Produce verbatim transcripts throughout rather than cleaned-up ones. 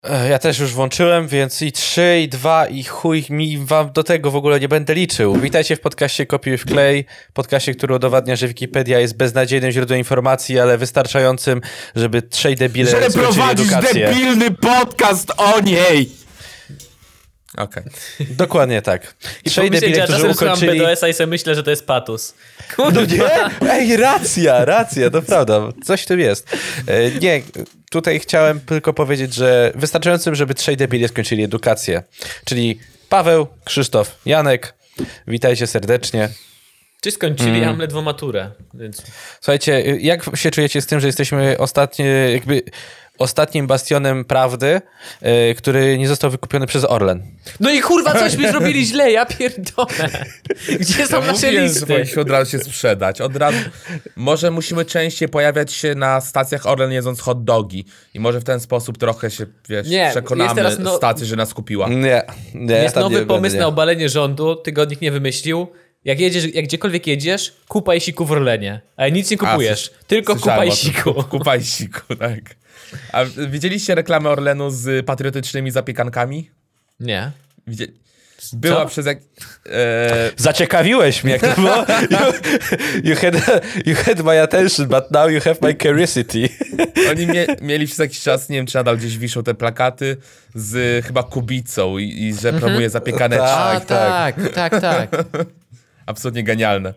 Ja też już włączyłem, więc i trzy, i dwa, i chuj mi wam do tego w ogóle nie będę liczył. Witajcie w podcaście Kopiuj w klej, podcaście, który udowadnia, że Wikipedia jest beznadziejnym źródłem informacji, ale wystarczającym, żeby trzej debile Żeby skończyli prowadzić edukację. debilny podcast o niej! Okej. Okay. Dokładnie tak. Trzej debile, którzy ukończyli... B D S-a i sobie myślę, że to jest patus. No nie? Ej, racja, racja, to prawda. Coś w tym jest. Nie, tutaj chciałem tylko powiedzieć, że wystarczającym, żeby trzej debile skończyli edukację. Czyli Paweł, Krzysztof, Janek. Witajcie serdecznie. Czy skończyli? Mm. Ja mam ledwo maturę, więc... Słuchajcie, jak się czujecie z tym, że jesteśmy ostatnie, jakby... ostatnim bastionem prawdy, yy, który nie został wykupiony przez Orlen. No i kurwa, coś mi zrobili źle, ja pierdolę. Gdzie są ja nasze mówiłem, listy? Że powinniśmy od razu się sprzedać. Od razu... Może musimy częściej pojawiać się na stacjach Orlen jedząc hot dogi i może w ten sposób trochę się, wiesz, nie, przekonamy teraz no... stację, że nas kupiła. Nie, nie. Jest nowy nie pomysł nie. na obalenie rządu, tygodnik nie wymyślił. Jak jedziesz, jak gdziekolwiek jedziesz, kupaj siku w Orlenie. Ale nic nie kupujesz, A, tylko kupaj siku. Kupaj siku, tak. A widzieliście reklamę Orlenu z patriotycznymi zapiekankami? Nie. Widzieli... Była Co? przez jak... E... Zaciekawiłeś mnie, jak to było. You, you, had, you had my attention, but now you have my curiosity. Oni mie mieli przez jakiś czas, nie wiem, czy nadal gdzieś wiszą te plakaty z chyba Kubicą i, i że promuje zapiekaneczki. Tak, tak, tak, tak. Absolutnie genialne.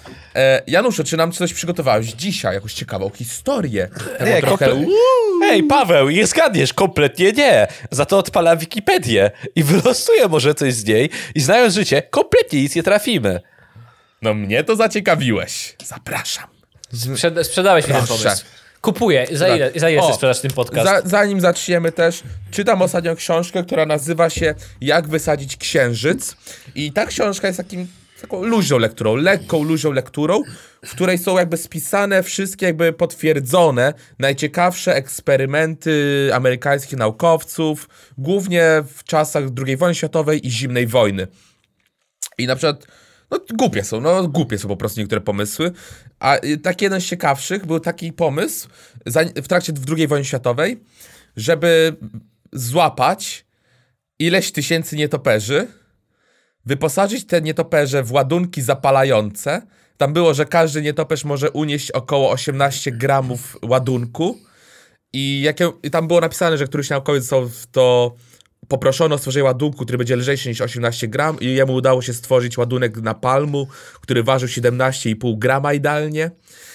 E, Januszu, czy nam coś przygotowałeś dzisiaj? Jakąś ciekawą historię? Nie, trochę... komple... Ej, Paweł, nie zgadniesz, kompletnie nie. Za to odpalam Wikipedię i wylosuję może coś z niej i znając życie, kompletnie nic nie trafimy. No mnie to zaciekawiłeś. Zapraszam. Sprzeda sprzedałeś mi ten pomysł. Kupuję. Za ile, za ile chcesz sprzedać ten podcast? Za, zanim zaczniemy też, czytam ostatnio książkę, która nazywa się Jak wysadzić księżyc. I ta książka jest takim taką luźną lekturą, lekką, luźną lekturą, w której są jakby spisane wszystkie jakby potwierdzone najciekawsze eksperymenty amerykańskich naukowców, głównie w czasach drugiej wojny światowej i zimnej wojny. I na przykład, no głupie są, no głupie są po prostu niektóre pomysły, a taki jeden z ciekawszych był taki pomysł w trakcie drugiej wojny światowej, żeby złapać ileś tysięcy nietoperzy, wyposażyć te nietoperze w ładunki zapalające. Tam było, że każdy nietoperz może unieść około osiemnaście gramów ładunku i, jakie, i tam było napisane, że któryś naukowiec został w to poproszony o stworzenie ładunku, który będzie lżejszy niż osiemnaście gram i jemu udało się stworzyć ładunek napalmu, który ważył siedemnaście i pół grama idealnie.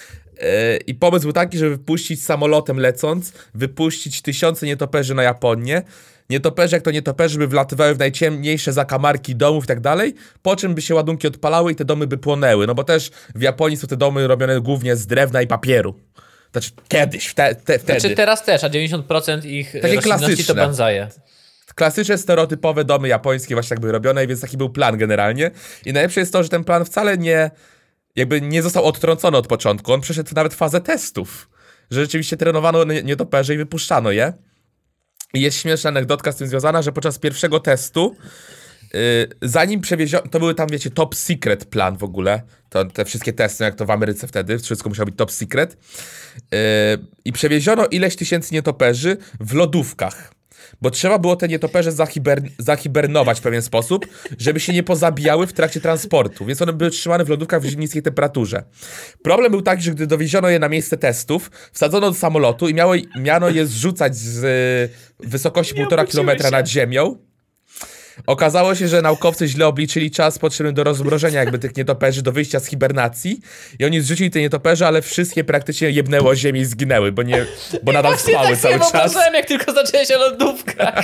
I pomysł był taki, żeby wypuścić samolotem lecąc, wypuścić tysiące nietoperzy na Japonię. Nietoperze, jak to nietoperze, by wlatywały w najciemniejsze zakamarki domów i tak dalej, po czym by się ładunki odpalały i te domy by płonęły. No bo też w Japonii są te domy robione głównie z drewna i papieru. Znaczy kiedyś, te, te, wtedy. Znaczy teraz też, a dziewięćdziesiąt procent ich takie roślinności to banzaje. Klasyczne, stereotypowe domy japońskie właśnie tak były robione, więc taki był plan generalnie. I najlepsze jest to, że ten plan wcale nie, jakby nie został odtrącony od początku. On przeszedł nawet fazę testów. Że rzeczywiście trenowano nietoperze i wypuszczano je. I jest śmieszna anegdotka z tym związana, że podczas pierwszego testu, yy, zanim przewieziono, to były tam, wiecie, top secret plan w ogóle, to, te wszystkie testy, jak to w Ameryce wtedy, wszystko musiało być top secret, yy, i przewieziono ileś tysięcy nietoperzy w lodówkach, bo trzeba było te nietoperze zahiber zahibernować w pewien sposób, żeby się nie pozabijały w trakcie transportu, więc one były trzymane w lodówkach w niskiej temperaturze. Problem był taki, że gdy dowieziono je na miejsce testów, wsadzono do samolotu i miało, miano je zrzucać z y, wysokości półtora kilometra nad ziemią. Okazało się, że naukowcy źle obliczyli czas potrzebny do rozmrożenia jakby tych nietoperzy, do wyjścia z hibernacji i oni zrzucili te nietoperze, ale wszystkie praktycznie jebnęło o ziemię i zginęły, bo, nie, bo nadal spały tak cały czas. Ja jak tylko zaczęła się lodówka.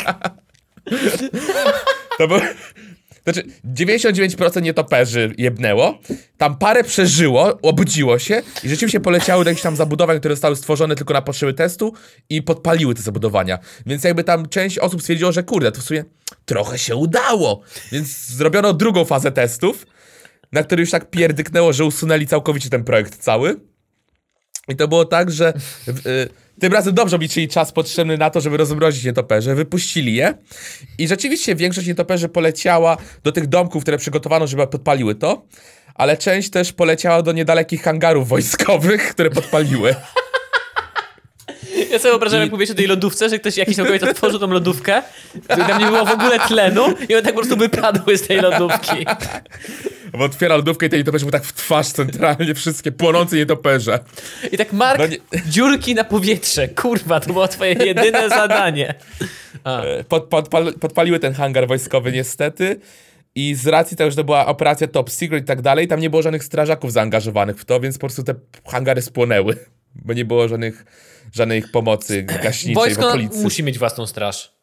To był... Znaczy, dziewięćdziesiąt dziewięć procent nietoperzy jebnęło, tam parę przeżyło, obudziło się i rzeczywiście poleciały do jakichś tam zabudowań, które zostały stworzone tylko na potrzeby testu i podpaliły te zabudowania. Więc jakby tam część osób stwierdziło, że kurde, to w sumie trochę się udało. Więc zrobiono drugą fazę testów, na której już tak pierdyknęło, że usunęli całkowicie ten projekt cały. I to było tak, że y, tym razem dobrze obliczyli czas potrzebny na to, żeby rozmrozić nietoperze, wypuścili je i rzeczywiście większość nietoperzy poleciała do tych domków, które przygotowano, żeby podpaliły to, ale część też poleciała do niedalekich hangarów wojskowych, które podpaliły. Ja sobie wyobrażam, jak mówisz o tej lodówce, że ktoś, jakiś naukowiec otworzył tą lodówkę, tam nie było w ogóle tlenu i one tak po prostu wypadły z tej lodówki. Bo otwiera lodówkę i ten nietoperz mu tak w twarz centralnie wszystkie płonące nietoperze. I tak, Mark, No nie- dziurki na powietrze. Kurwa, to było twoje jedyne zadanie. A. Pod, podpal, podpaliły ten hangar wojskowy niestety i z racji tego, że to była operacja top secret i tak dalej, tam nie było żadnych strażaków zaangażowanych w to, więc po prostu te hangary spłonęły, bo nie było żadnych, żadnej ich pomocy gaśniczej w Wojsko okolicy. musi mieć własną straż.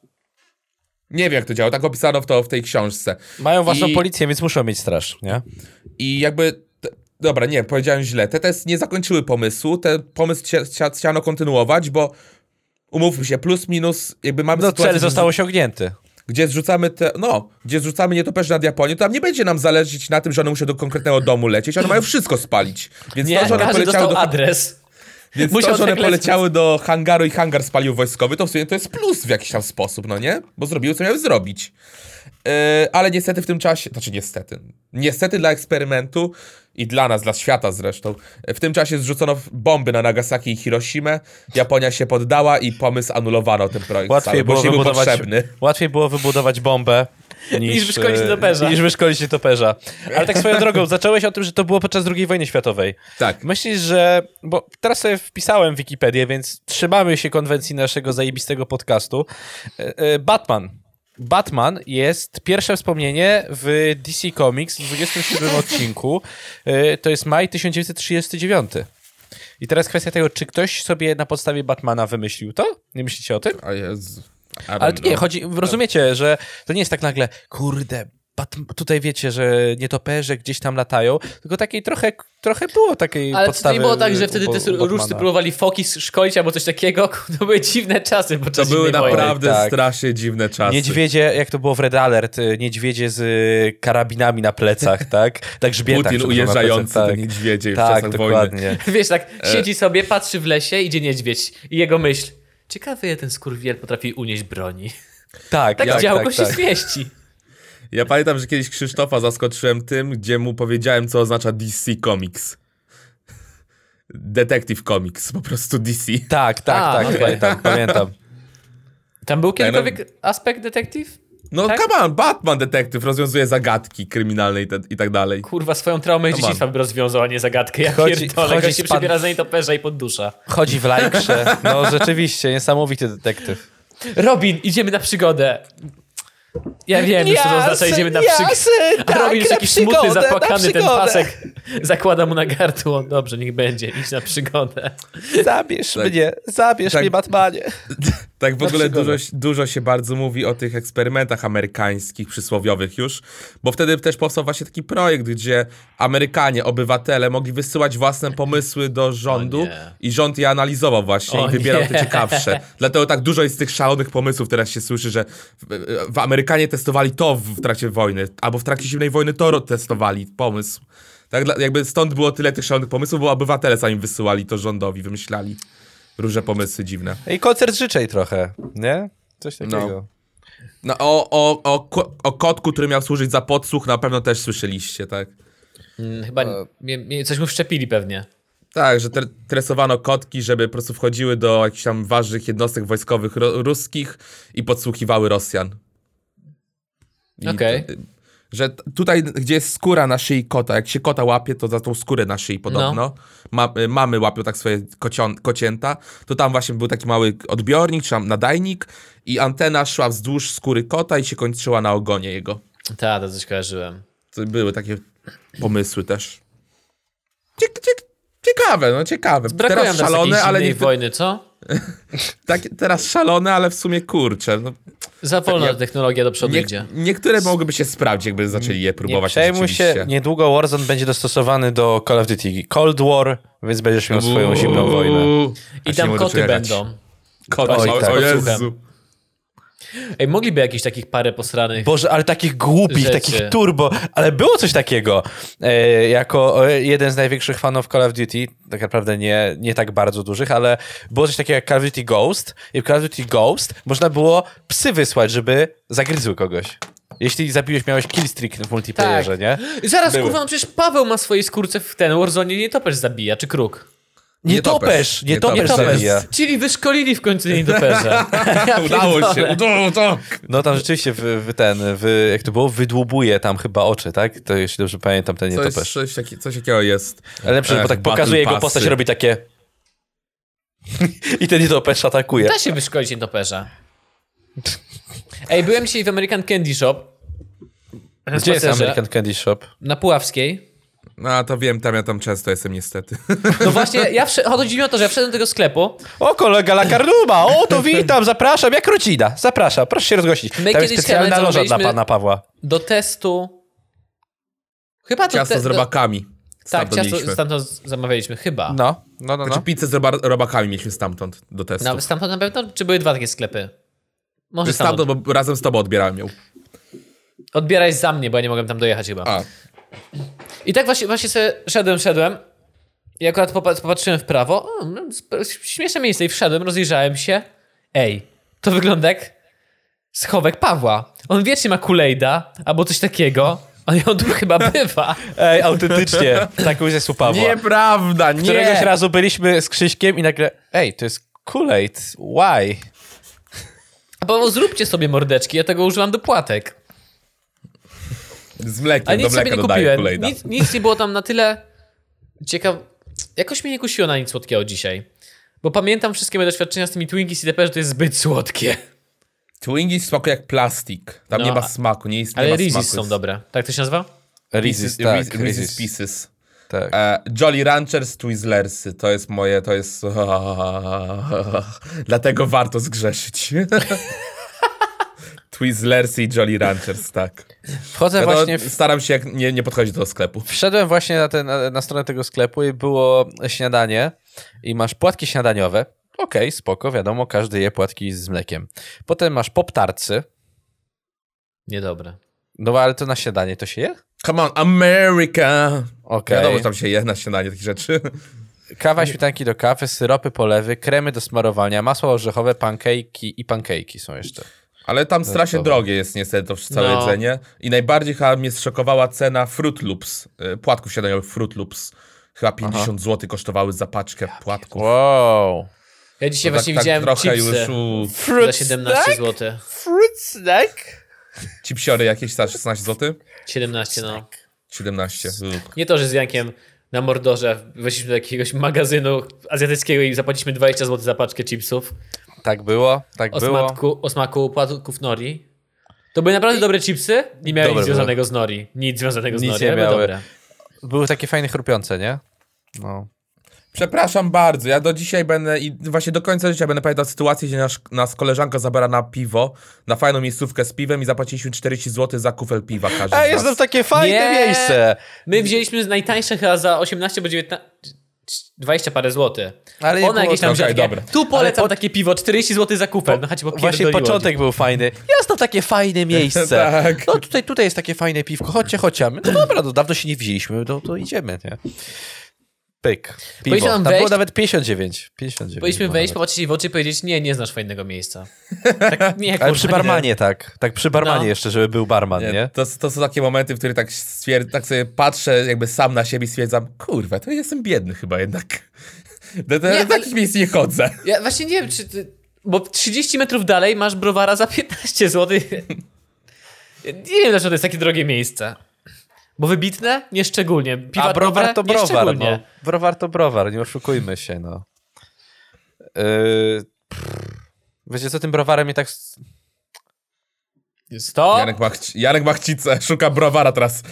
Nie wiem jak to działa, tak opisano w to w tej książce. Mają własną I- policję, więc muszą mieć straż, nie? I jakby... T- dobra, nie, powiedziałem źle. Te testy nie zakończyły pomysłu, ten pomysł chcia- chcia- chciano kontynuować, bo umówmy się, plus minus, jakby mamy No sytuację, cel został osiągnięty. gdzie zrzucamy te, no, gdzie zrzucamy nietoperze nad Japonię, to tam nie będzie nam zależeć na tym, że one muszą do konkretnego domu lecieć, one mają wszystko spalić. Więc Nie, to, że one każdy poleciały dostał do, adres. więc musiał to, że one tak poleciały do hangaru i hangar spalił wojskowy, to w sumie to jest plus w jakiś tam sposób, no nie? Bo zrobiły, co miały zrobić. Yy, ale niestety w tym czasie, znaczy niestety, niestety dla eksperymentu i dla nas, dla świata zresztą, w tym czasie zrzucono bomby na Nagasaki i Hiroshimę, Japonia się poddała i pomysł anulowano ten projekt Łatwiej cały, bo było, nie był wybudować, potrzebny. łatwiej było wybudować bombę niż, Niż wyszkolić e, nietoperza. Niż wyszkolić nietoperza. Ale tak swoją drogą, zacząłeś o tym, że to było podczas drugiej wojny światowej. Tak. Myślisz, że... Bo teraz sobie wpisałem w Wikipedię, więc trzymamy się konwencji naszego zajebistego podcastu. E, e, Batman. Batman jest pierwsze wspomnienie w D C Comics w dwudziestym siódmym odcinku. E, To jest maj tysiąc dziewięćset trzydziesty dziewiąty. I teraz kwestia tego, czy ktoś sobie na podstawie Batmana wymyślił to? Nie myślicie o tym? A Jezu. I don't Ale to nie, know. chodzi, rozumiecie, że to nie jest tak nagle, kurde, Bat- tutaj wiecie, że nietoperze gdzieś tam latają, tylko takiej trochę, trochę było takiej Ale to podstawy. nie było tak, że wtedy u- te u Batmana. różcy próbowali foki szkolić albo coś takiego. To były dziwne czasy To podczas były zimnej wojny. naprawdę tak. strasznie dziwne czasy. Niedźwiedzie, jak to było w Red Alert, y, niedźwiedzie z y, karabinami na plecach, tak? Tak grzbietach. Putin przepraszam, na ujeżdżający plecach, te niedźwiedzie w tak, czasach dokładnie. wojny. Wiesz, tak, siedzi sobie, patrzy w lesie, idzie niedźwiedź i jego myśl. Ciekawy, jak ten skurwiel potrafi unieść broni. Tak, Tak tak, działko tak, się tak. zmieści. Ja pamiętam, że kiedyś Krzysztofa zaskoczyłem tym, gdzie mu powiedziałem, co oznacza D C Comics. Detective Comics, po prostu D C. Tak, tak, A, tak, okej. pamiętam, pamiętam. Tam był no- kiedykolwiek aspekt detektyw? No Tak? come on, Batman detektyw rozwiązuje zagadki kryminalne i, te, i tak dalej. Kurwa, swoją traumę z Come dzieciństwa by rozwiązał, a nie zagadkę. Ja Wchodzi- pierdolę, wchodzi gość się span- przebiera za nietoperza i poddusza. Chodzi w lajkrze, no rzeczywiście, niesamowity detektyw. Robin, idziemy na przygodę. Ja wiem, już co to oznacza, idziemy na przygodę. A tak, Robin jest na taki smutny, przygodę, na zapłakany, ten przygodę. pasek zakłada mu na gardło. Dobrze, niech będzie, idź na przygodę. Zabierz Tak. mnie, zabierz Tak. mnie, Batmanie. Tak w ogóle przygodę. dużo, dużo się bardzo mówi o tych eksperymentach amerykańskich, przysłowiowych już, bo wtedy też powstał właśnie taki projekt, gdzie Amerykanie, obywatele mogli wysyłać własne pomysły do rządu O nie. i rząd je analizował właśnie O i wybierał nie. te ciekawsze. Dlatego tak dużo jest tych szalonych pomysłów, teraz się słyszy, że w, w Amerykanie testowali to w trakcie wojny, albo w trakcie zimnej wojny to ro- testowali, pomysł. Tak, dla- jakby stąd było tyle tych szalonych pomysłów, bo obywatele sami wysyłali to rządowi, wymyślali różne pomysły dziwne. I koncert życzeń trochę, nie? Coś takiego. No, o, o, o, ko- o kotku, który miał służyć za podsłuch, na pewno też słyszeliście, tak? Mm, Chyba mnie, mnie coś mu wszczepili pewnie. Tak, że tre- tresowano kotki, żeby po prostu wchodziły do jakichś tam ważnych jednostek wojskowych ro- ruskich i podsłuchiwały Rosjan. I Okej. to- Że t- tutaj, gdzie jest skóra na szyi kota, jak się kota łapie, to za tą skórę na szyi podobno. Ma, y, mamy łapią tak swoje kocią, kocięta. To tam właśnie był taki mały odbiornik, czy tam nadajnik i antena szła wzdłuż skóry kota i się kończyła na ogonie jego. Tak, to coś kojarzyłem. To były takie pomysły też. Ciek, ciek, ciekawe, no ciekawe. Brakuje Teraz nam szalone, takiej ale zimnej nie wojny, co? tak, teraz szalone, ale w sumie kurczę. No, Za wolno Ja- technologia do przodu nie, idzie. niektóre mogłyby się sprawdzić, jakby zaczęli je Nie próbować. przejmuj się, rzeczywiście. niedługo Warzone będzie dostosowany do Call of Duty Cold War, więc będziesz miał swoją zimną wojnę. I Aż nie tam mogę koty doczekać. będą. Koty, Oj, o, tak. o Podsłuchem. Jezu. Ej, mogliby jakieś takich parę posranych... Boże, ale takich głupich, Rzeczy. takich turbo, ale było coś takiego. E, jako e, jeden z największych fanów Call of Duty, tak naprawdę nie, nie tak bardzo dużych, ale było coś takiego jak Call of Duty Ghost i w Call of Duty Ghost można było psy wysłać, żeby zagryzły kogoś. Jeśli zabiłeś, miałeś killstreak w multiplayerze, Tak. nie? Zaraz, Były. kurwa, no przecież Paweł ma swojej skórce w ten Warzone nie topesz zabija, czy kruk. Nietoperz! Nietoperz zabija. Czyli wyszkolili w końcu nietoperza. Ja Udało się, udało to. No tam rzeczywiście w, w ten, w, jak to było, wydłubuje tam chyba oczy, tak? To jeśli dobrze pamiętam, ten Coś, nietoperz. coś, taki, coś takiego jest. Ale lepsze, bo Ech, tak battle pokazuje jego passy. postać, robi takie... I ten nietoperz atakuje. Da się wyszkolić nietoperza. Ej, byłem dzisiaj w American Candy Shop. Na Gdzie jest spacerze, American Candy Shop? Na Puławskiej. No to wiem, tam ja tam często jestem niestety. No właśnie, ja wsz- chodzi mi o to, że ja wszedłem do tego sklepu. O, kolega Lakarduma! O, to witam, zapraszam, jak rodzina. Zapraszam, proszę się rozgościć. My Tam jest kiedyś specjalna Heaven loża dla zamawialiśmy- pana Pawła. Do testu... Chyba do Ciasto te- z robakami. Tak, Stamtąd ciasto mieliśmy. stamtąd zamawialiśmy, chyba. No, no, no, Znaczy no. pizzę z roba- robakami mieliśmy stamtąd do testu. No, stamtąd na pewno, czy były dwa takie sklepy? Może stamtąd. Stamtąd, bo razem z tobą odbierałem ją. Odbieraj za mnie, bo ja nie mogłem tam dojechać chyba. A, I tak właśnie, właśnie sobie szedłem, szedłem i akurat popa- popatrzyłem w prawo. O, no, sp- śmieszne miejsce i wszedłem, rozejrzałem się. Ej, to wygląda jak schowek Pawła. On wiecznie ma kulejda albo coś takiego. On ją tu chyba bywa. Ej, autentycznie. Tak już jest u Pawła. nieprawda, nie! Któregoś razu byliśmy z Krzyśkiem i nagle, ej, to jest Kool-Aid, why? A Paweł, zróbcie sobie mordeczki, ja tego używam do płatek. Z mlekiem, Ale do nic sobie mleka nie dodaję kupiłem. kolejna. Nic, nic nie było tam na tyle ciekaw... Jakoś mnie nie kusiło na nic słodkiego dzisiaj. Bo pamiętam wszystkie moje doświadczenia z tymi Twinkies i T P, że to jest zbyt słodkie. Twinkies smakuje jak plastik. Tam No, nie ma a- smaku, nie jest nie Ale ma Reese's smaku. są dobre. Tak to się nazywa? Reese's, Reese's, tak, Reese's, Reese's Reese's. Pieces. Tak. E, Jolly Ranchers, Twizzlersy. To jest moje, to jest... Dlatego warto zgrzeszyć. Twizzlersy i Jolly Ranchers, tak. Wchodzę Ja to właśnie w... staram się jak nie, nie podchodzić do sklepu. Wszedłem właśnie na, ten, na, na stronę tego sklepu i było śniadanie i masz płatki śniadaniowe. Okej, okay, spoko, wiadomo, każdy je płatki z mlekiem. Potem masz pop-tartsy. Niedobre. No ale to na śniadanie to się je? Come on, America! Okej. Wiadomo, że tam się je na śniadanie takich rzeczy. Kawa, śmietanki do kawy, syropy, polewy, kremy do smarowania, masło orzechowe, pankejki i pankejki są jeszcze. Ale tam strasznie dobra. drogie jest niestety to całe No. jedzenie. I najbardziej chyba mnie zszokowała cena Fruit Loops. y, Płatków śniadaniowych Fruit Loops. Chyba pięćdziesiąt złotych kosztowały za paczkę płatków. Wow. Ja dzisiaj To właśnie tak, tak widziałem trochę chipsy już u... za siedemnaście złotych. Fruit snack? Chipsiory jakieś za szesnaście złotych? siedemnaście, no. siedemnaście. Ugh. Nie to, że z Jankiem na Mordorze weszliśmy do jakiegoś magazynu azjatyckiego i zapłaciliśmy dwadzieścia złotych za paczkę chipsów. Tak było, tak O było. smaku, o smaku płatków nori. To były naprawdę dobre chipsy. Nie miały Dobre nic związanego z nori. Nic związanego z Nic nori, nie ale były miały. dobre. Były takie fajne chrupiące, nie? No. Przepraszam bardzo, ja do dzisiaj będę i właśnie do końca życia będę pamiętał sytuację, gdzie nas, nas koleżanka zabiera na piwo, na fajną miejscówkę z piwem i zapłaciliśmy czterdzieści złotych za kufel piwa każdy A z jest to nas. takie fajne Nie. miejsce. My wzięliśmy z najtańsze chyba za osiemnaście, bo dziewiętnaście... dwadzieścia parę złotych. Ale nie Ona było jakieś tam to- wzięła okej, takie, dobra. tu polecam Ale po- takie piwo, czterdzieści złotych za kufel. No chodźcie, bo Właśnie pierdoliło. początek był fajny. Jest to takie fajne miejsce. Tak. No tutaj, tutaj jest takie fajne piwko. Chodźcie, chodźcie. A my, No dobra, no dawno się nie widzieliśmy, no to idziemy, nie? Pyk. Piwo. Powinniśmy Tam tam było wejść- nawet pięćdziesiąt dziewięć. pięćdziesiąt dziewięć Powinniśmy było wejść, nawet. popatrzeć jej w oczy i powiedzieć, nie, nie znasz fajnego miejsca. Tak, nie, Ale kurwa, przy nie. barmanie tak. Tak przy barmanie No. jeszcze, żeby był barman, nie? Nie, to, to są takie momenty, w których tak, stwierd- tak sobie patrzę jakby sam na siebie i stwierdzam, kurwa, to jestem biedny chyba jednak. Do, do, Nie, do takich miejsc nie chodzę. Ja właśnie nie wiem, czy ty... Bo trzydzieści metrów dalej masz browara za piętnaście złotych. Ja nie wiem, dlaczego to jest takie drogie miejsce. Bo wybitne? Nie szczególnie. Piwa A browar dobre? to Nie browar, szczególnie. no. Browar to browar, nie oszukujmy się, no. Yy, pff. Wiecie co, tym browarem mnie tak... s- Sto? Janek ma, chci- Janek ma chcicę, szuka browara teraz.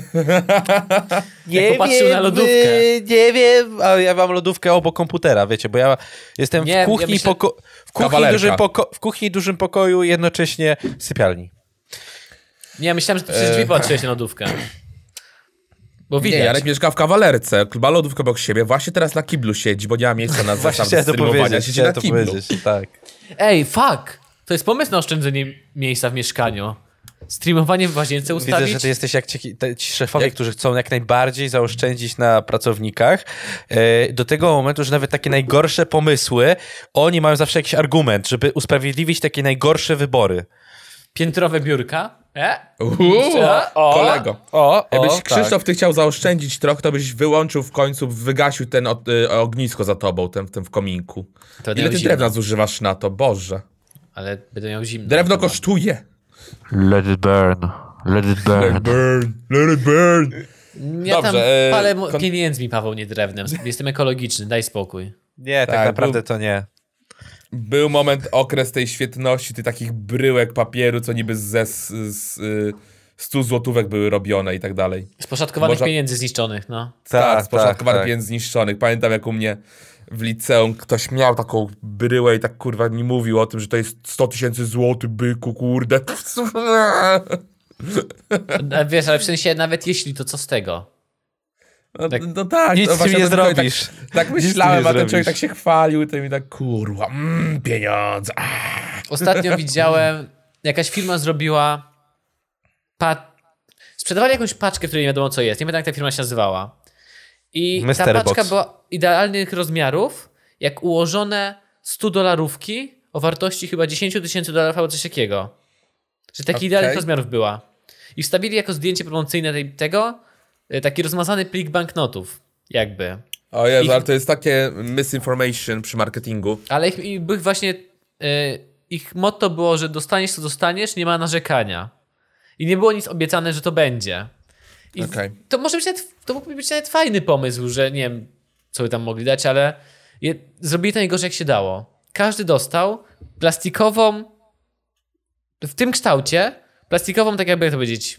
Nie popatrzył na lodówkę. yy, nie wiem, ale ja mam lodówkę obok komputera, wiecie, bo ja jestem Nie, w kuchni, ja myślę- poko- w, kuchni Kawalerka. dużym poko- w kuchni dużym pokoju, jednocześnie sypialni. Nie, myślałem, że ty przez drzwi patrzyłeś na lodówkę. Bo Nie, widać. Janek mieszka w kawalerce, ma lodówkę obok siebie, właśnie teraz na kiblu siedzi, bo nie ma miejsca na Właśnie zestaw chciałem to streamowania, powiedzieć, siedzi na chciałem to kiblu. powiedzieć, tak. Ej, fuck! To jest pomysł na oszczędzenie miejsca w mieszkaniu. Streamowanie w łazience ustawić. Widzę, że ty jesteś jak ci, te, ci szefowie, Jak- którzy chcą jak najbardziej zaoszczędzić na pracownikach. E, do tego momentu, że nawet takie najgorsze pomysły, oni mają zawsze jakiś argument, żeby usprawiedliwić takie najgorsze wybory. Piętrowe biurka. E? Uuu, O, kolego. O, o, Jakbyś, tak. Krzysztof, ty chciał zaoszczędzić trochę, to byś wyłączył w końcu, wygasił ten o, y, ognisko za tobą, ten, ten w kominku. To Ile miał ty zimno. drewna zużywasz na to? Boże. Ale będę miał zimno. Drewno kosztuje. Let it burn. Let it burn. burn, let it burn. Ja Dobrze, tam e, palę mo- kon- pieniędzmi, Paweł, nie drewnem. Jestem ekologiczny, daj spokój. Nie, tak, Tak, naprawdę był- to nie. Był moment, okres tej świetności, tych takich bryłek papieru, co niby ze z, z, y, stu złotówek były robione i tak dalej. Z poszatkowanych Można- pieniędzy zniszczonych, no. Tak, z poszatkowanych tak. pieniędzy zniszczonych. Pamiętam, jak u mnie w liceum ktoś miał taką bryłę i tak kurwa mi mówił o tym, że to jest sto tysięcy złotych, byku, kurde. A wiesz, ale w sensie nawet jeśli, to co z tego? No, Tak. no tak. Nic no z tym właśnie nie o tym człowiek zrobisz. Tak, tak Nic z tym myślałem, nie a ten człowiek zrobisz. tak się chwalił, to mi tak kurwa, mm, pieniądze. Ah. Ostatnio widziałem, jakaś firma zrobiła pa... sprzedawali jakąś paczkę, w której nie wiadomo co jest. Nie pamiętam, jak ta firma się nazywała. I ta Mystery paczka Box. była idealnych rozmiarów, jak ułożone sto dolarówki o wartości chyba dziesięć tysięcy dolarów albo coś takiego. Że taki Okej. idealnych rozmiarów była. I wstawili jako zdjęcie promocyjne tej, tego y, taki rozmazany plik banknotów. Jakby. O Jezu, Ich- ale to jest takie misinformation przy marketingu. Ale ich, ich właśnie y, ich motto było, że dostaniesz co dostaniesz, nie ma narzekania. I nie było nic obiecane, że to będzie. I Okej. to może być nawet, to mógłby być nawet fajny pomysł, że nie wiem, co by tam mogli dać, ale je, zrobili to najgorzej jak się dało. Każdy dostał plastikową, w tym kształcie, plastikową, tak jakby jak to powiedzieć,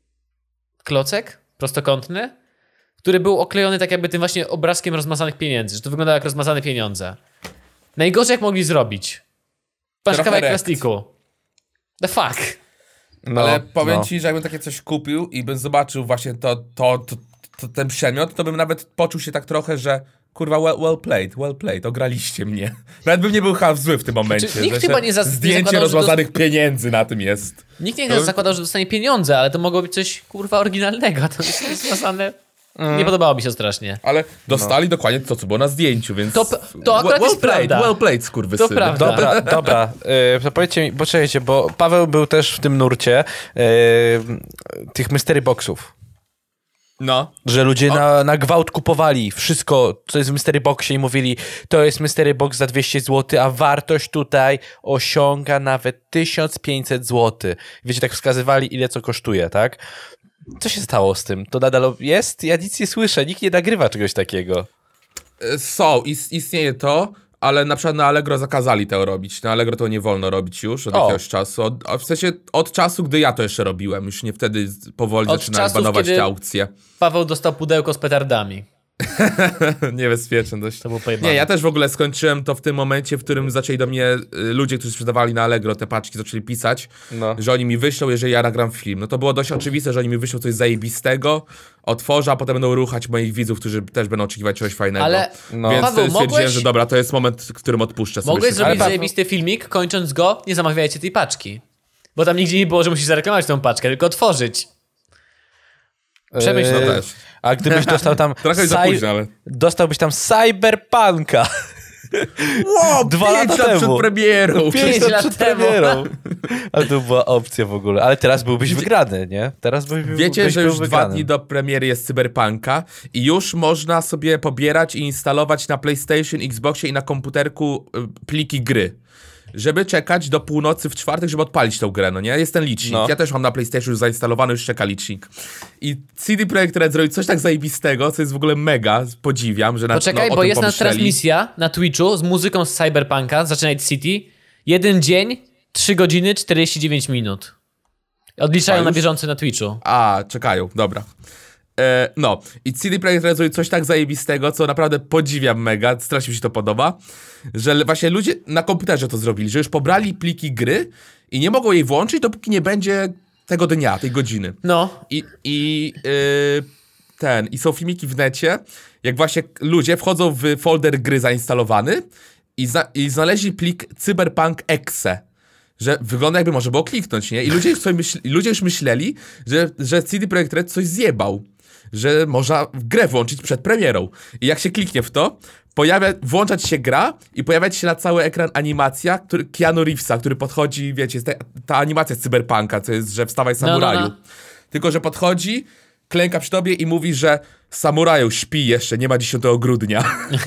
klocek prostokątny, który był oklejony tak jakby tym właśnie obrazkiem rozmazanych pieniędzy, że to wyglądało jak rozmazane pieniądze. Najgorzej jak mogli zrobić. Patrz, Trochę kawałek rekt. plastiku. The fuck. No, Ale powiem no. ci, że jakbym takie coś kupił i bym zobaczył właśnie to, to, to, to ten przedmiot, to bym nawet poczuł się tak trochę, że kurwa well, well played, well played, ograliście mnie. Nawet bym nie był half zły w tym momencie. Czy nikt że chyba się nie zas- nie zdjęcie zakładał, że to- rozmazanych pieniędzy na tym jest. Nikt nie zakładał, że dostanie pieniądze, ale to mogło być coś kurwa oryginalnego. To jest rozmazane. Nie podobało mi się strasznie. Ale dostali dokładnie to, co było na zdjęciu, więc... To p- to akurat well jest played, prawda. well played, skurwysyny. To prawda. Dobra, dobra. Yy, to powiedzcie mi, bo czekajcie, bo Paweł był też w tym nurcie yy, tych mystery boxów. No. Że ludzie na, na gwałt kupowali wszystko, co jest w mystery boxie i mówili, to jest mystery box za dwieście złotych, a wartość tutaj osiąga nawet tysiąc pięćset złotych. Wiecie, tak wskazywali, ile co kosztuje, tak? Co się stało z tym? To nadal jest? Ja nic nie słyszę, nikt nie nagrywa czegoś takiego. E, Są, is, istnieje to, ale na przykład na Allegro zakazali to robić. Na Allegro to nie wolno robić już od O. jakiegoś czasu. Od, a w sensie od czasu, gdy ja to jeszcze robiłem. Już nie wtedy z- powoli Od zaczynałem czasów, banować kiedy- te aukcje. Paweł dostał pudełko z petardami. Niebezpieczne dość. To było pojebane. Nie, ja też w ogóle skończyłem to w tym momencie, w którym zaczęli do mnie y, ludzie, którzy sprzedawali na Allegro te paczki, zaczęli pisać, No. że oni mi wyślą, jeżeli ja nagram film. No to było dość oczywiste, że oni mi wyślą coś zajebistego, otworzę, a potem będą ruchać moich widzów, którzy też będą oczekiwać czegoś fajnego. Ale No. Więc Paweł, wtedy stwierdziłem, mogłeś- że dobra, to jest moment, w którym odpuszczę sobie. mogłeś wszystko. zrobić Ale- zajebisty filmik, kończąc go, nie zamawiajcie tej paczki. Bo tam nigdzie nie było, że musisz zareklamować tą paczkę, tylko otworzyć. Przemyśl No Yy, też. A gdybyś dostał tam... Trochę już za cy- późno, ale... Dostałbyś tam Cyberpunka. Wow, Dwa pięć lata lat przed temu. premierą. Pięć Pięć lat lat przed temu. premierą. Ale to była opcja w ogóle. Ale teraz byłbyś wygrany, nie? Teraz byś, Wiecie, byś że był już dwa wygrany. dni do premiery jest Cyberpunka i już można sobie pobierać i instalować na PlayStation, Xboxie i na komputerku y, pliki gry. Żeby czekać do północy w czwartek, żeby odpalić tą grę, no nie? Jest ten licznik. No. Ja też mam na PlayStation już zainstalowany, już czeka licznik. I C D Projekt Red zrobił coś tak zajebistego, co jest w ogóle mega, podziwiam, że na Poczekaj, no, o bo tym jest na pomyśleli. transmisja na Twitchu z muzyką z Cyberpunka, zaczyna Night City. Jeden dzień, trzy godziny, czterdzieści dziewięć minut. Odliczają A, na już? bieżąco na Twitchu. A, czekają, dobra. E, no, i C D Projekt Red zrobił coś tak zajebistego, co naprawdę podziwiam mega, strasznie mi się to podoba, że l- właśnie ludzie na komputerze to zrobili, że już pobrali pliki gry i nie mogą jej włączyć, dopóki nie będzie tego dnia, tej godziny. No, I, i yy, ten, i są filmiki w necie, jak właśnie ludzie wchodzą w folder gry zainstalowany i, zna, i znaleźli plik Cyberpunk Exe. Że wygląda jakby można było kliknąć, nie? I ludzie już, sobie myśl, i ludzie już myśleli, że, że C D Projekt Red coś zjebał. że można grę włączyć przed premierą. I jak się kliknie w to, pojawia, włączać się gra i pojawiać się na cały ekran animacja który, Keanu Reevesa, który podchodzi, wiecie, ta, ta animacja z Cyberpunka, to jest, że wstawaj samuraju. No, no, no. Tylko, że podchodzi, klęka przy tobie i mówi, że samuraju śpi jeszcze, nie ma dziesiątego grudnia.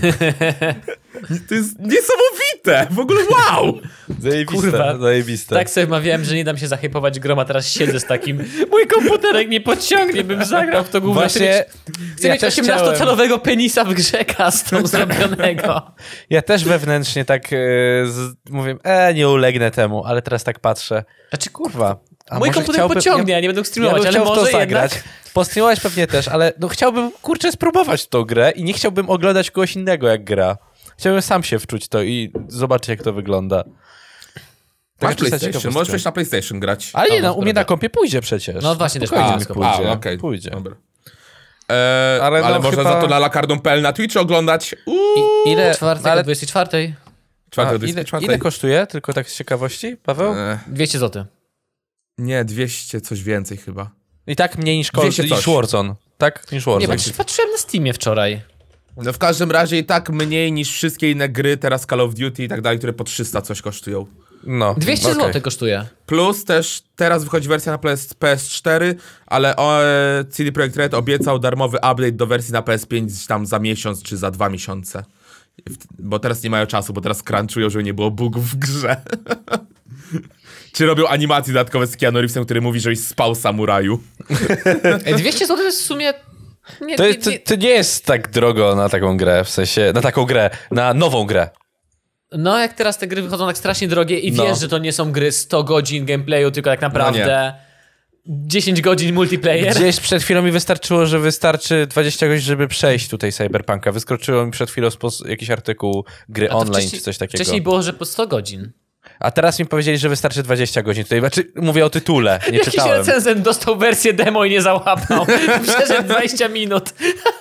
To jest niesamowite! W ogóle wow! Zajebiste, Kurwa, zajebiste. Tak sobie mawiałem, że nie dam się zahypować grom, a teraz siedzę z takim mój komputerek nie podciągnie, bym zagrał w to głównie. Właśnie, Chcę ja mieć też osiemnastocalowego penisa w grze custom zrobionego. Ja też wewnętrznie tak e, z, mówię, e, nie ulegnę temu, ale teraz tak patrzę. Znaczy, Kurwa. A mój może komputer chciałbym- pociągnie, ja nie będę streamować, ja bym ale chciał w to może zagrać. jednak... Postreamować pewnie też, ale no chciałbym, kurczę, spróbować w tą grę i nie chciałbym oglądać kogoś innego jak gra. Chciałbym sam się wczuć to i zobaczyć, jak to wygląda. Masz Taka czysta PlayStation, ciekawostka. możesz przejść na PlayStation grać. Ale nie, no, no, u mnie prawda. na kompie pójdzie przecież. No właśnie, też Spokojnie powiedziałem, mi że pójdzie. A, okej. Pójdzie. Dobra. Eee, ale Ale ale no można chyba- za to na lakardą kropka p l na Twitch oglądać. Uuu, I, ile, Czwartek ale, o dwudziestej czwartej. a, czwartek, ile, dwudziestej czwartej. ile kosztuje? Tylko tak z ciekawości, Paweł? Eee, dwieście złotych. nie, dwieście, coś więcej chyba. I tak mniej niż, Call, dwieście niż coś. Warzone. Tak? Niż Nie, Warzone. bo patrzyłem na Steamie wczoraj. No w każdym razie i tak mniej niż wszystkie inne gry, teraz Call of Duty i tak dalej, które po trzysta coś kosztują. No, dwieście okej. złotych kosztuje. Plus też teraz wychodzi wersja na P S, P S cztery, ale o, e, C D Projekt Red obiecał darmowy update do wersji na P S pięć tam za miesiąc czy za dwa miesiące. W- Bo teraz nie mają czasu, bo teraz crunchują, żeby nie było bugów w grze. Czy robią animacje dodatkowe z Keanu Reevesem, który mówi, żeś spał samuraju. Ej, dwieście złotych to jest w sumie... Nie, To, nie, jest, to, nie. to nie jest tak drogo na taką grę, w sensie, na taką grę, na nową grę. No jak teraz te gry wychodzą tak strasznie drogie i No. wiesz, że to nie są gry sto godzin gameplayu, tylko tak naprawdę dziesięć godzin multiplayer. Gdzieś przed chwilą mi wystarczyło, że wystarczy dwadzieścia godzin, żeby przejść tutaj Cyberpunka. Wyskoczyło mi przed chwilą spos- jakiś artykuł gry A to online wcześniej- czy coś takiego. Wcześniej było, że po sto godzin. A teraz mi powiedzieli, że wystarczy dwadzieścia godzin tutaj. Znaczy, mówię o tytule, nie Jakiś czytałem. recenzent dostał wersję demo i nie załapał. Przeszedł dwadzieścia minut.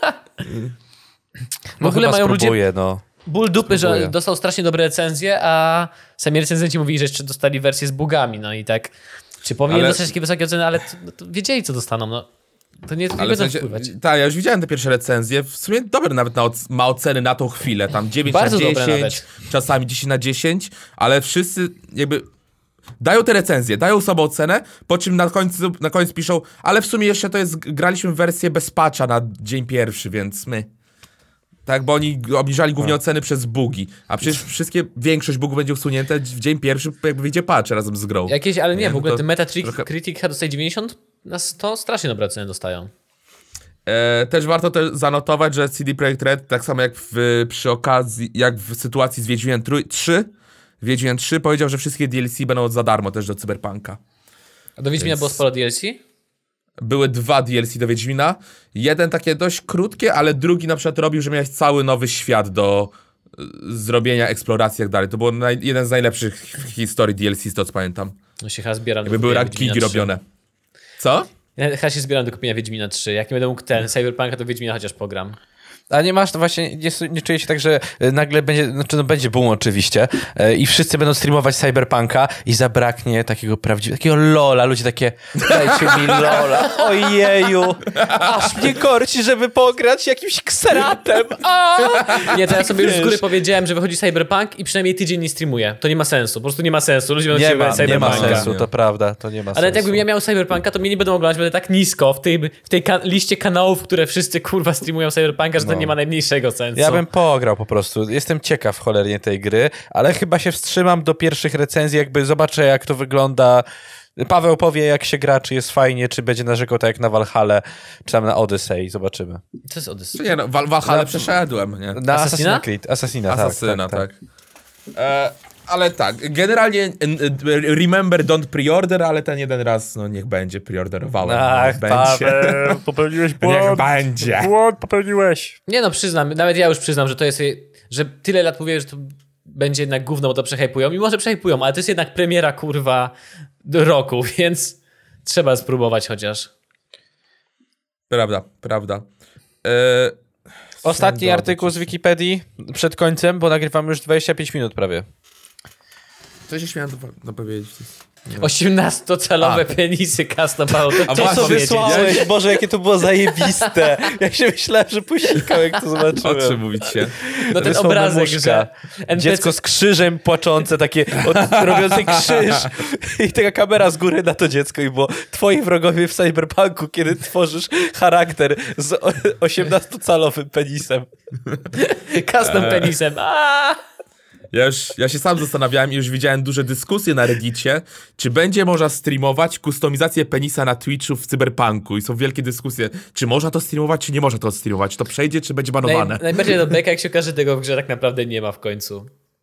W No ogóle chyba mają ludzie spróbuję, no. ból dupy, Spróbuję. że dostał strasznie dobre recenzje, a sami recenzenci mówili, że jeszcze dostali wersję z bugami, no i tak... Czy powinien Ale- dostać takie wysokie oceny, ale to, no to wiedzieli, co dostaną, no. To nie, to nie Ale w będą sensie, wpływać. tak, ja już widziałem te pierwsze recenzje. W sumie dobre nawet na oc- ma oceny na tą chwilę. Tam dziewięć Bardzo na dobre dziesięć, nawet. czasami dziesięć na dziesięć, ale wszyscy jakby dają te recenzje, dają sobie ocenę, po czym na końcu, na koniec piszą, ale w sumie jeszcze to jest, graliśmy w wersję bez patcha na dzień pierwszy, więc my. Tak, bo oni obniżali głównie oceny przez bugi, a przecież wszystkie, większość bugów będzie usunięte w dzień pierwszy, jakby wyjdzie patch razem z grą. Jakieś, ale nie, Nie, w no ogóle to ten Metacritic trochę- Critic chyba dostaje dziewięćdziesiąt na sto, strasznie dobre oceny dostają. E, też warto też zanotować, że C D Projekt Red, tak samo jak w, przy okazji, jak w sytuacji z Wiedźminem trzy, Wiedźmin trzy powiedział, że wszystkie D L C będą za darmo też do Cyberpunka. A do Wiedźmina Więc- było sporo D L C? Były dwa D L C do Wiedźmina, jeden takie dość krótkie, ale drugi na przykład robił, że miałeś cały nowy świat do y, zrobienia, eksploracji i tak dalej. To był naj, jeden z najlepszych w historii D L C, z to co pamiętam. No się chyba zbieram do Jakby były kupienia Wiedźmina rankingi trzy. robione. Co? Ja chyba się zbieram do kupienia Wiedźmina trzy. Jak nie będę mógł ten Cyberpunka, to Wiedźmina chociaż pogram. A nie masz, to właśnie, nie, nie czuję się tak, że e, nagle będzie, znaczy no będzie boom oczywiście e, i wszyscy będą streamować Cyberpunka i zabraknie takiego prawdziwego, takiego lola, ludzie takie, dajcie mi lola, ojeju, aż mnie korci, żeby pograć jakimś kseratem, a Nie, to ja sobie już z Wiesz. góry powiedziałem, że wychodzi Cyberpunk i przynajmniej tydzień nie streamuję. To nie ma sensu, po prostu nie ma sensu. Ludzie będą Nie się ma, oglądać nie ma Cyberpunka. sensu, to prawda, to nie ma Ale sensu. nawet jakbym ja miał Cyberpunka, to mnie nie będą oglądać, będę tak nisko w tej, w tej ka- liście kanałów, które wszyscy kurwa streamują Cyberpunka, że to No. nie ma najmniejszego sensu. Ja bym pograł po prostu. Jestem ciekaw cholernie tej gry, ale chyba się wstrzymam do pierwszych recenzji, jakby zobaczę jak to wygląda. Paweł powie jak się gra, czy jest fajnie, czy będzie narzekał tak jak na Valhalla, czy tam na Odyssey, zobaczymy. Co jest Odyssey? Czy nie, no, Wal- Valhalla Na- przeszedłem, nie? Na Assassina? Assassin's Creed. Assassina, tak, Asasyna, tak. tak. E, ale tak, generalnie n- n- remember don't pre-order, ale ten jeden raz, no niech będzie, preorderowałem. Ach, niech będzie. Paweł, popełniłeś Niech błąd. będzie. Błąd popełniłeś. Nie no, przyznam, nawet ja już przyznam, że to jest, że tyle lat mówię, że to będzie jednak gówno, bo to przehypują. Mimo, że przehypują, ale to jest jednak premiera, kurwa, do roku, więc trzeba spróbować chociaż. Prawda, prawda. E, Ostatni Dobra, artykuł z Wikipedii przed końcem, bo nagrywamy już dwadzieścia pięć minut prawie. Co się śmiałem no powiedzieć? osiemnastocalowe penisy custom auto. A To, co właśnie, wysłałeś, Boże, jakie to było zajebiste. Ja się myślałem, że puścikał, jak to zobaczyłem. O czym mówić się? No ten Wysłał obrazek, memuszka. że N P C... Dziecko z krzyżem płaczące, takie od, robiące krzyż i taka kamera z góry na to dziecko i było twoi wrogowie w Cyberpunku, kiedy tworzysz charakter z osiemnastocalowym penisem. Custom penisem. Aaaa! Ja, już, ja się sam zastanawiałem i już widziałem duże dyskusje na Reddicie, czy będzie można streamować kustomizację penisa na Twitchu w Cyberpunku. I są wielkie dyskusje, czy można to streamować, czy nie można to streamować. Czy to przejdzie, czy będzie banowane. Naj, najbardziej do beka, jak się okaże, tego w grze tak naprawdę nie ma w końcu.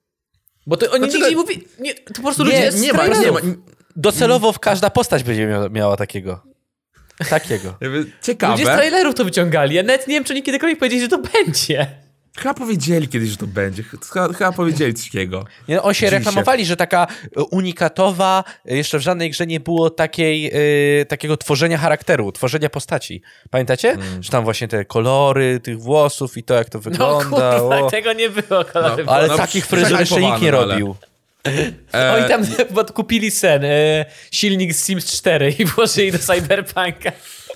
Bo to oni Znaczy, nigdzie to- nie mówi... Nie, to po prostu Nie, ludzie nie ma, nie ma. Docelowo w każda postać będzie mia- miała takiego. Takiego. Jakby Ludzie z Ciekawe. trailerów to wyciągali. Ja nawet nie wiem, czy oni kiedykolwiek powiedzieli, że to będzie. Chyba powiedzieli kiedyś, że to będzie. Chyba, chyba powiedzieli coś takiego. Nie, no, on się Dziwi się. reklamowali, że taka e, unikatowa, e, jeszcze w żadnej grze nie było takiej, e, takiego tworzenia charakteru, tworzenia postaci. Pamiętacie? Mm. Że tam właśnie te kolory tych włosów i to, jak to No wygląda. kurwa, o. tego nie było. Kolory No, Ale no, takich fryzur jeszcze nikt nie przehypowano, ale- robił. E, Oni tam kupili sen, e, silnik z Sims cztery i włożyli do Cyberpunka.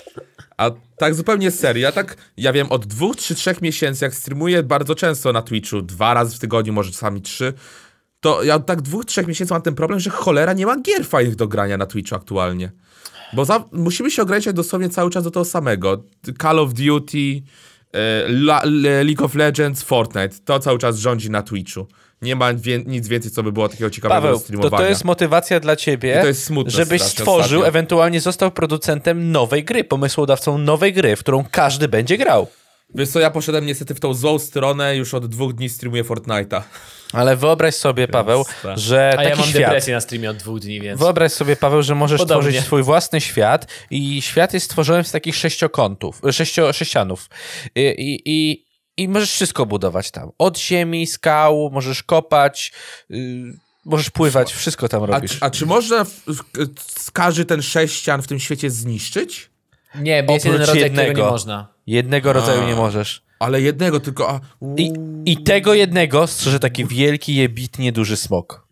A tak zupełnie serio, ja tak, ja wiem, od dwóch czy trzech miesięcy, jak streamuję bardzo często na Twitchu, dwa razy w tygodniu, może czasami trzy, to ja od tak dwóch, trzech miesięcy mam ten problem, że cholera nie ma gier fajnych do grania na Twitchu aktualnie. Bo za, musimy się ograniczać dosłownie cały czas do tego samego. Call of Duty, e, La, Le, League of Legends, Fortnite. To cały czas rządzi na Twitchu. Nie ma wie, nic więcej, co by było takiego ciekawego do Paweł, to, streamowania. to jest motywacja dla ciebie, I to jest smutne żebyś strasznie stworzył, ostatnio. ewentualnie został producentem nowej gry, pomysłodawcą nowej gry, w którą każdy będzie grał. Wiesz co, ja poszedłem niestety w tą złą stronę, już od dwóch dni streamuję Fortnite'a. Ale wyobraź sobie, Paweł, tak. że A taki ja mam świat... depresję na streamie od dwóch dni, więc... Wyobraź sobie, Paweł, że możesz Podobnie. tworzyć swój własny świat i świat jest stworzony z takich sześciokątów, sześcio, sześcianów. I, i, i, I możesz wszystko budować tam. Od ziemi, skał, możesz kopać, yy, możesz pływać, wszystko tam A, robisz. a czy można w, w, każdy ten sześcian w tym świecie zniszczyć? Nie, bo jest Oprócz jeden rodzaj, jednego. którego nie można. Jednego rodzaju A. nie możesz. Ale jednego tylko, a... I, I tego jednego strzeże taki wielki, jebitnie duży smok.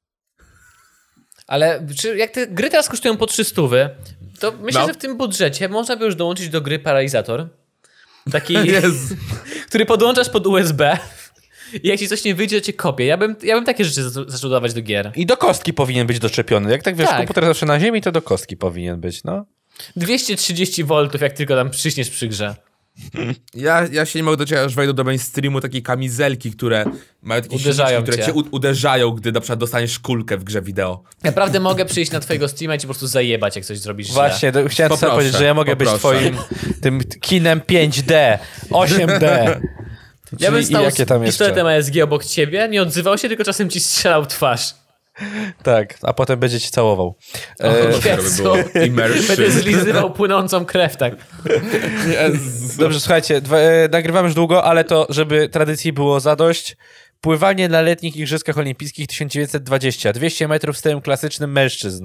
Ale czy jak te gry teraz kosztują po trzysta, to myślę, No. że w tym budżecie można by już dołączyć do gry paralizator. Taki, Jezu. który podłączasz pod U S B i jak ci coś nie wyjdzie, to cię kopie. Ja bym, ja bym takie rzeczy za- zaczął dawać do gier. I do kostki powinien być doczepiony. Jak tak wiesz, Tak. komputer zawsze na ziemi, to do kostki powinien być, no. dwieście trzydzieści woltów, jak tylko tam przyśniesz przy grze. Ja, ja się nie mogę doczekać, aż wejdą do mainstreamu takie kamizelki, które mają takie Uderzają silniki, które cię. cię u- uderzają, gdy na przykład dostaniesz kulkę w grze wideo. Naprawdę mogę przyjść na twojego streama i ci po prostu zajebać, jak coś zrobisz źle. Właśnie, to, chciałem Poproszę, sobie powiedzieć, że ja mogę być poproszę. twoim tym kinem pięć D, osiem D. Ja bym Czyli stał jakie tam z jeszcze? pistoletem A S G obok ciebie, nie odzywał się, tylko czasem ci strzelał w twarz. Tak, a potem będzie ci całował. E, Dopiero by było Jezu. immersion. Będę zlizywał płynącą krew, tak. Jezu. dobrze, słuchajcie, dwa, e, nagrywamy już długo, ale to, żeby tradycji było zadość. Pływanie na letnich Igrzyskach Olimpijskich tysiąc dziewięćset dwadzieścia. dwieście metrów stylem klasycznym mężczyzn.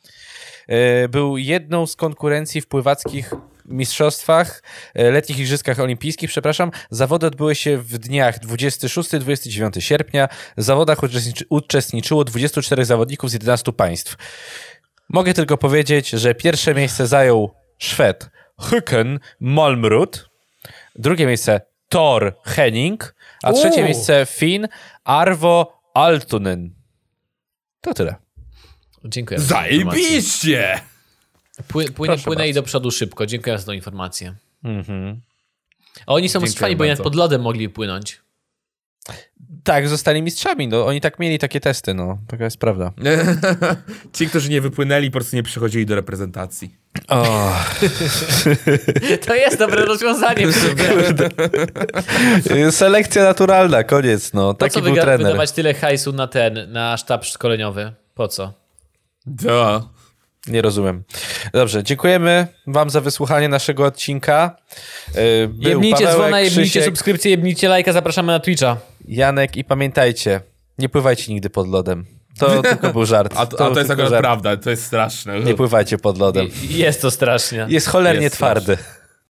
E, był jedną z konkurencji w pływackich mistrzostwach, e, letnich Igrzyskach Olimpijskich, przepraszam. Zawody odbyły się w dniach dwudziestego szóstego do dwudziestego dziewiątego sierpnia. W zawodach uczestniczy, uczestniczyło dwudziestu czterech zawodników z jedenastu państw. Mogę tylko powiedzieć, że pierwsze miejsce zajął Szwed Håkan Malmrot, drugie miejsce Thor Henning, a trzecie Uuu. miejsce Finn Arvo Altunen. To tyle. Dziękuję. za tę informację. Zajebiście! Pły, płynie, Proszę płynęli bardzo. do przodu szybko. Dziękuję za tą informację. Mhm. A oni są Dziękuję mistrzami, bo nawet bardzo. pod lodem mogli płynąć. Tak, zostali mistrzami. No, oni tak mieli takie testy, no. Taka jest prawda. Ci, którzy nie wypłynęli, po prostu nie przychodzili do reprezentacji. O, To jest dobre rozwiązanie w sumie. selekcja naturalna, koniec, no. Po Taki co był wyga- trener. wydawać tyle hajsu na ten, na sztab szkoleniowy? Po co? Da. Nie rozumiem. Dobrze, dziękujemy wam za wysłuchanie naszego odcinka. Yy, Był Jebnijcie Pawełek, dzwona, jebnijcie Krzysiek, subskrypcję, jebnijcie lajka, zapraszamy na Twitcha. Janek i pamiętajcie, nie pływajcie nigdy pod lodem. To tylko był żart. A to, a to był jest tylko akurat żart. prawda, to jest straszne. Nie pływajcie pod lodem. I- Jest to strasznie. Jest cholernie Jest twardy.